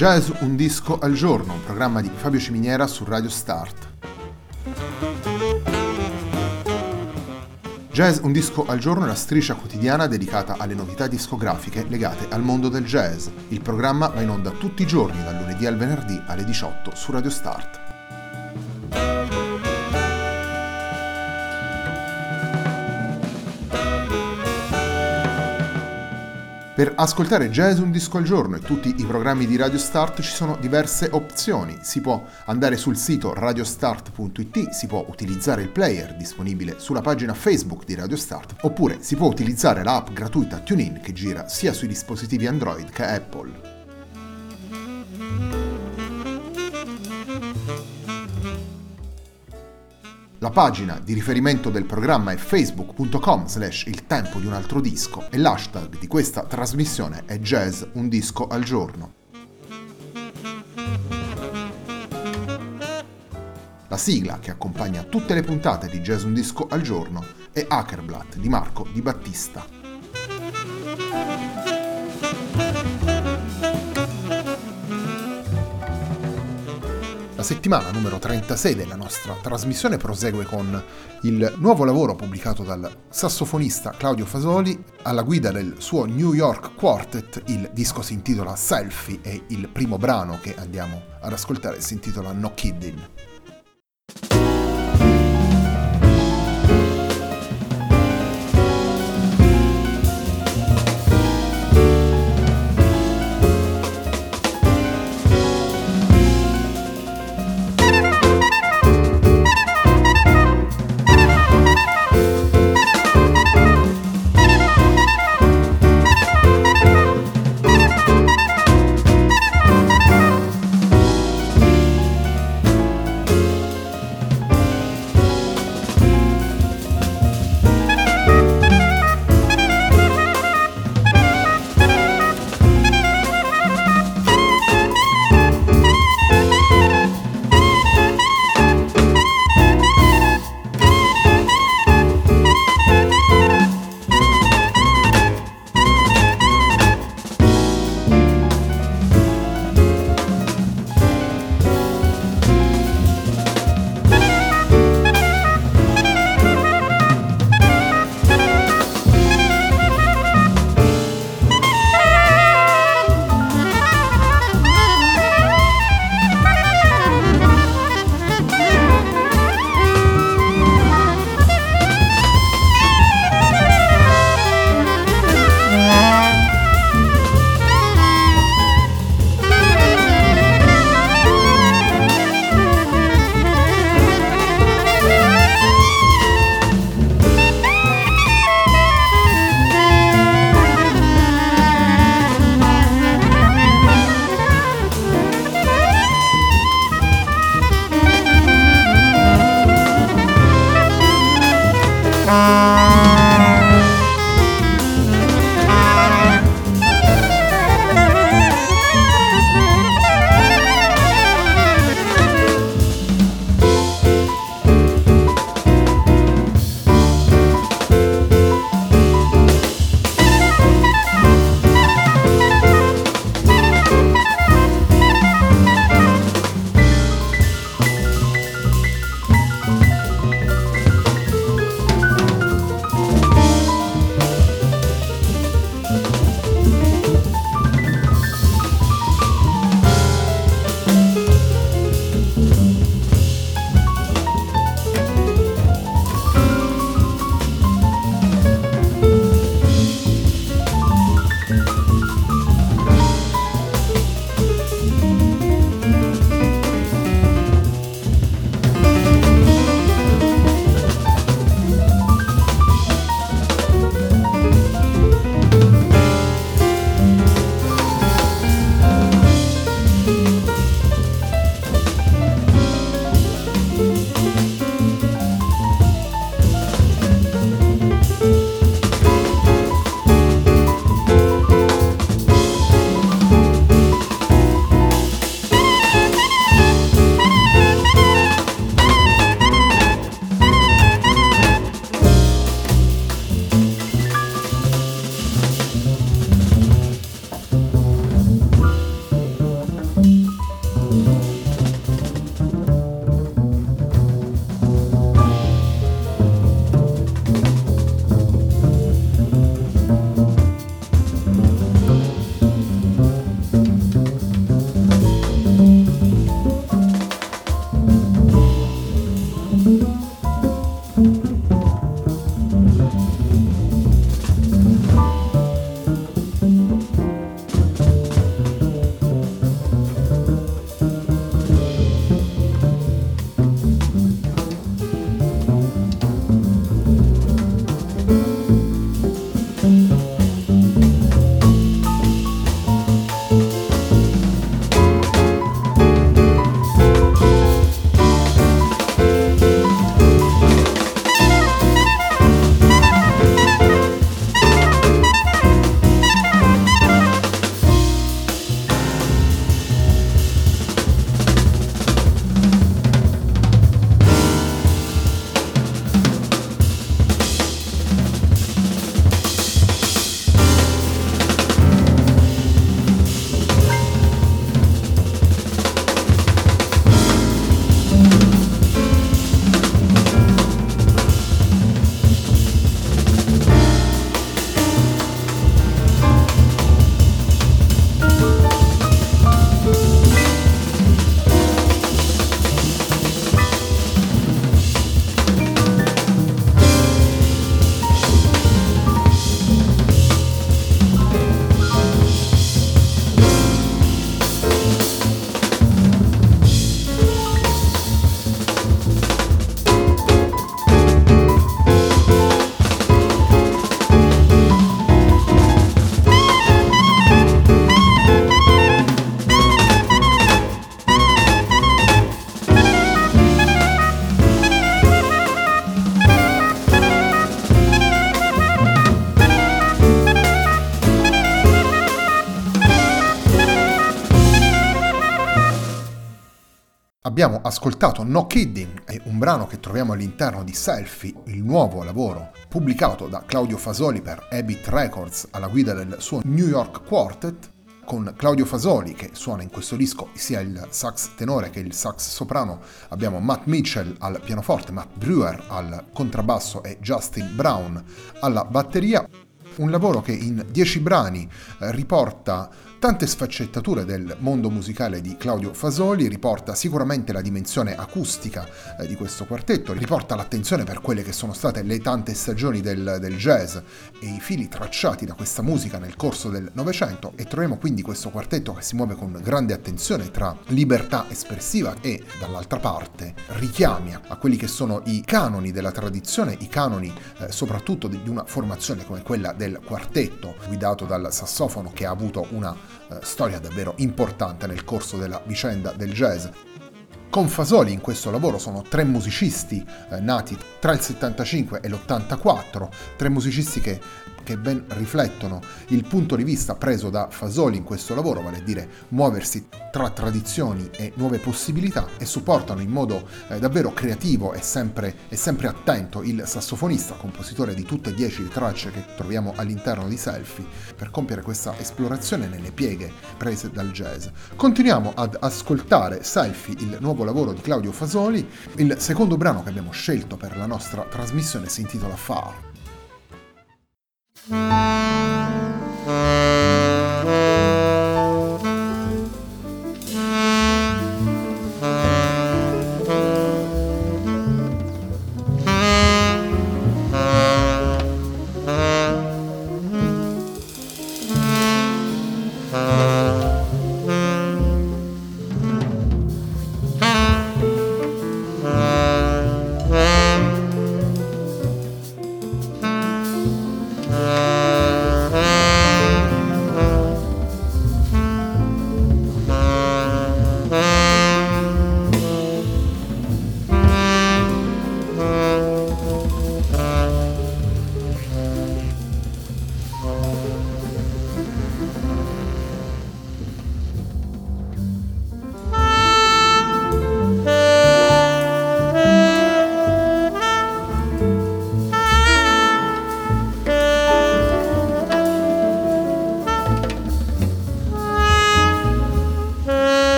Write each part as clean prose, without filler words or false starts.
Jazz un disco al giorno, un programma di Fabio Ciminiera su Radio Start. Jazz un disco al giorno è la striscia quotidiana dedicata alle novità discografiche legate al mondo del jazz. Il programma va in onda tutti i giorni, dal lunedì al venerdì alle 18 su Radio Start. Per ascoltare Jazz un disco al giorno e tutti i programmi di Radio Start ci sono diverse opzioni. Si può andare sul sito radiostart.it, si può utilizzare il player disponibile sulla pagina Facebook di Radio Start, oppure si può utilizzare l'app gratuita TuneIn che gira sia sui dispositivi Android che Apple. La pagina di riferimento del programma è facebook.com/il tempo di un altro disco e l'hashtag di questa trasmissione è Jazz un disco al giorno. La sigla che accompagna tutte le puntate di Jazz un disco al giorno è Hackerblatt di Marco Di Battista. La settimana numero 36 della nostra trasmissione prosegue con il nuovo lavoro pubblicato dal sassofonista Claudio Fasoli alla guida del suo New York Quartet. Il disco si intitola Selfie e il primo brano che andiamo ad ascoltare si intitola No Kidding. Abbiamo ascoltato No Kidding, è un brano che troviamo all'interno di Selfie, il nuovo lavoro pubblicato da Claudio Fasoli per Habit Records alla guida del suo New York Quartet, con Claudio Fasoli che suona in questo disco sia il sax tenore che il sax soprano. Abbiamo Matt Mitchell al pianoforte, Matt Brewer al contrabbasso e Justin Brown alla batteria. Un lavoro che in 10 brani riporta tante sfaccettature del mondo musicale di Claudio Fasoli, riporta sicuramente la dimensione acustica di questo quartetto, riporta l'attenzione per quelle che sono state le tante stagioni del jazz e i fili tracciati da questa musica nel corso del Novecento, e troviamo quindi questo quartetto che si muove con grande attenzione tra libertà espressiva e, dall'altra parte, richiami a quelli che sono i canoni della tradizione, i canoni soprattutto di una formazione come quella del quartetto guidato dal sassofono, che ha avuto una storia davvero importante nel corso della vicenda del jazz. Con Fasoli in questo lavoro sono 3 musicisti nati tra il 75 e l'84, 3 musicisti che ben riflettono il punto di vista preso da Fasoli in questo lavoro, vale a dire muoversi tra tradizioni e nuove possibilità, e supportano in modo davvero creativo e sempre attento il sassofonista, compositore di tutte e 10 le tracce che troviamo all'interno di Selfie, per compiere questa esplorazione nelle pieghe prese dal jazz. Continuiamo ad ascoltare Selfie, il nuovo lavoro di Claudio Fasoli. Il secondo brano che abbiamo scelto per la nostra trasmissione si intitola Far.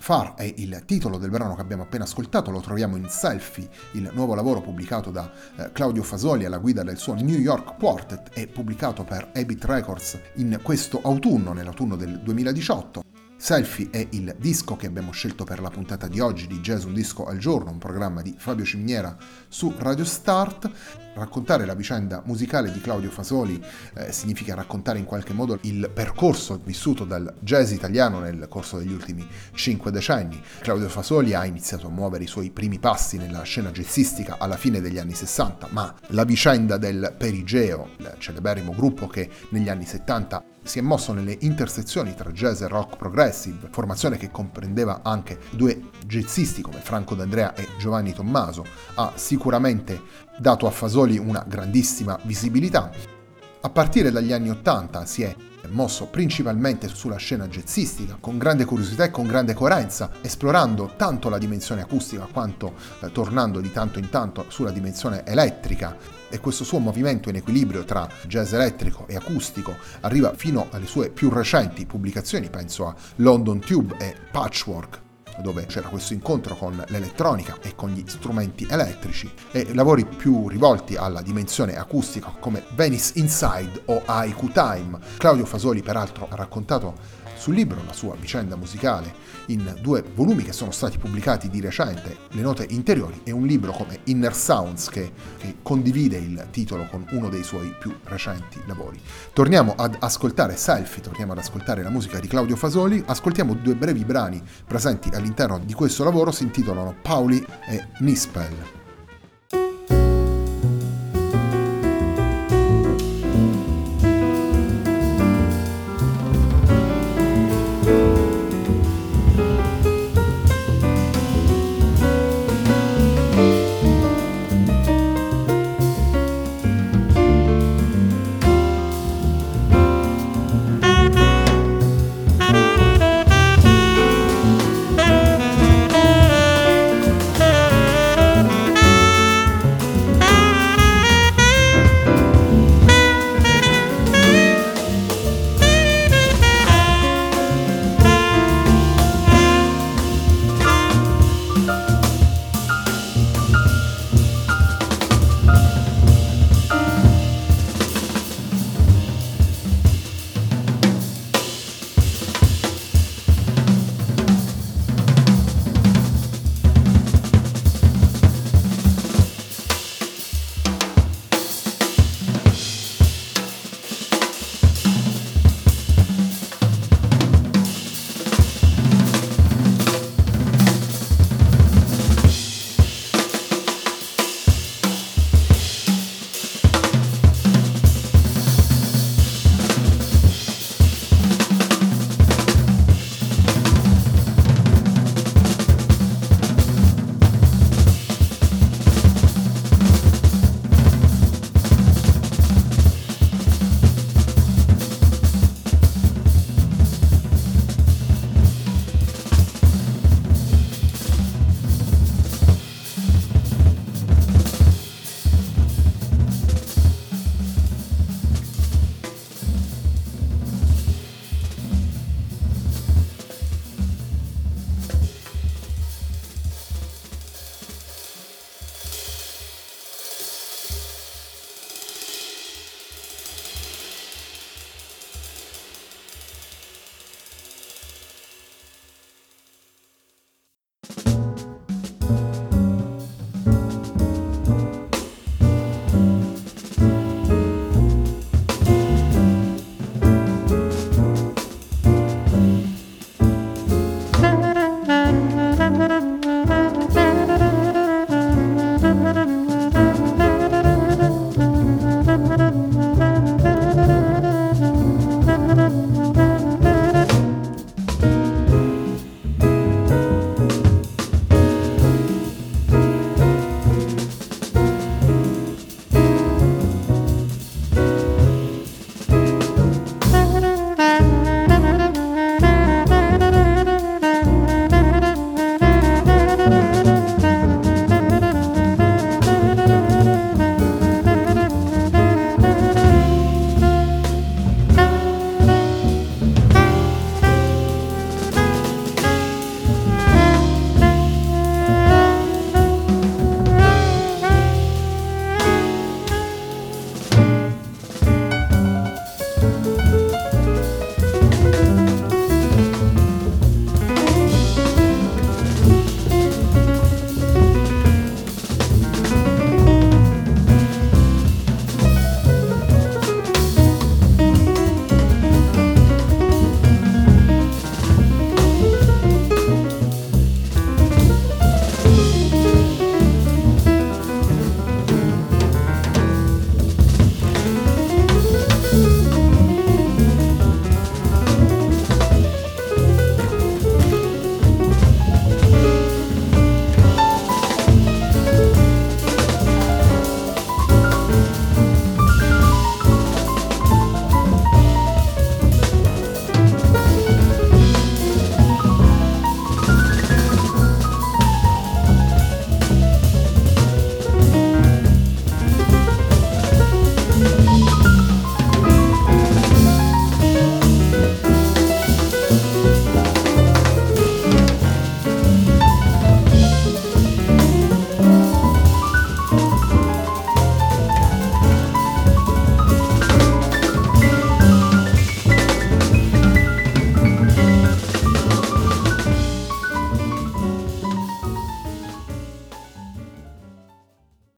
Far è il titolo del brano che abbiamo appena ascoltato, lo troviamo in Selfie, il nuovo lavoro pubblicato da Claudio Fasoli alla guida del suo New York Quartet e pubblicato per Habit Records in questo autunno, nell'autunno del 2018. Selfie è il disco che abbiamo scelto per la puntata di oggi di Jazz Un Disco al Giorno, un programma di Fabio Ciminiera su Radio Start. Raccontare la vicenda musicale di Claudio Fasoli significa raccontare in qualche modo il percorso vissuto dal jazz italiano nel corso degli ultimi 5 decenni. Claudio Fasoli ha iniziato a muovere i suoi primi passi nella scena jazzistica alla fine degli anni 60, ma la vicenda del Perigeo, il celeberrimo gruppo che negli anni 70 si è mosso nelle intersezioni tra jazz e rock progressive, formazione che comprendeva anche due jazzisti come Franco D'Andrea e Giovanni Tommaso, ha sicuramente dato a Fasoli una grandissima visibilità. A partire dagli anni 80 si è mosso principalmente sulla scena jazzistica, con grande curiosità e con grande coerenza, esplorando tanto la dimensione acustica quanto tornando di tanto in tanto sulla dimensione elettrica, e questo suo movimento in equilibrio tra jazz elettrico e acustico arriva fino alle sue più recenti pubblicazioni, penso a London Tube e Patchwork, dove c'era questo incontro con l'elettronica e con gli strumenti elettrici, e lavori più rivolti alla dimensione acustica come Venice Inside o Haiku Time. Claudio Fasoli peraltro ha raccontato sul libro la sua vicenda musicale in 2 volumi che sono stati pubblicati di recente, Le note interiori e un libro come Inner Sounds che condivide il titolo con uno dei suoi più recenti lavori. Torniamo ad ascoltare Selfie, torniamo ad ascoltare la musica di Claudio Fasoli, ascoltiamo 2 brevi brani presenti all'interno di questo lavoro, si intitolano Pauli e Nispel.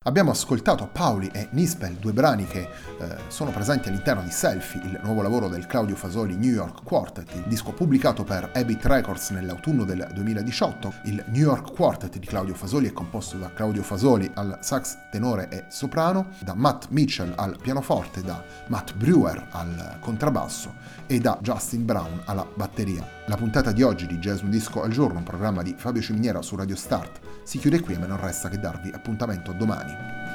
Abbiamo ascoltato Pauli e Nispel, due brani che sono presenti all'interno di Selfie, il nuovo lavoro del Claudio Fasoli New York Quartet, il disco pubblicato per Habit Records nell'autunno del 2018. Il New York Quartet di Claudio Fasoli è composto da Claudio Fasoli al sax tenore e soprano, da Matt Mitchell al pianoforte, da Matt Brewer al contrabbasso e da Justin Brown alla batteria. La puntata di oggi di Jazz Un Disco al Giorno, un programma di Fabio Ciminiera su Radio Start, si chiude qui e me non resta che darvi appuntamento domani.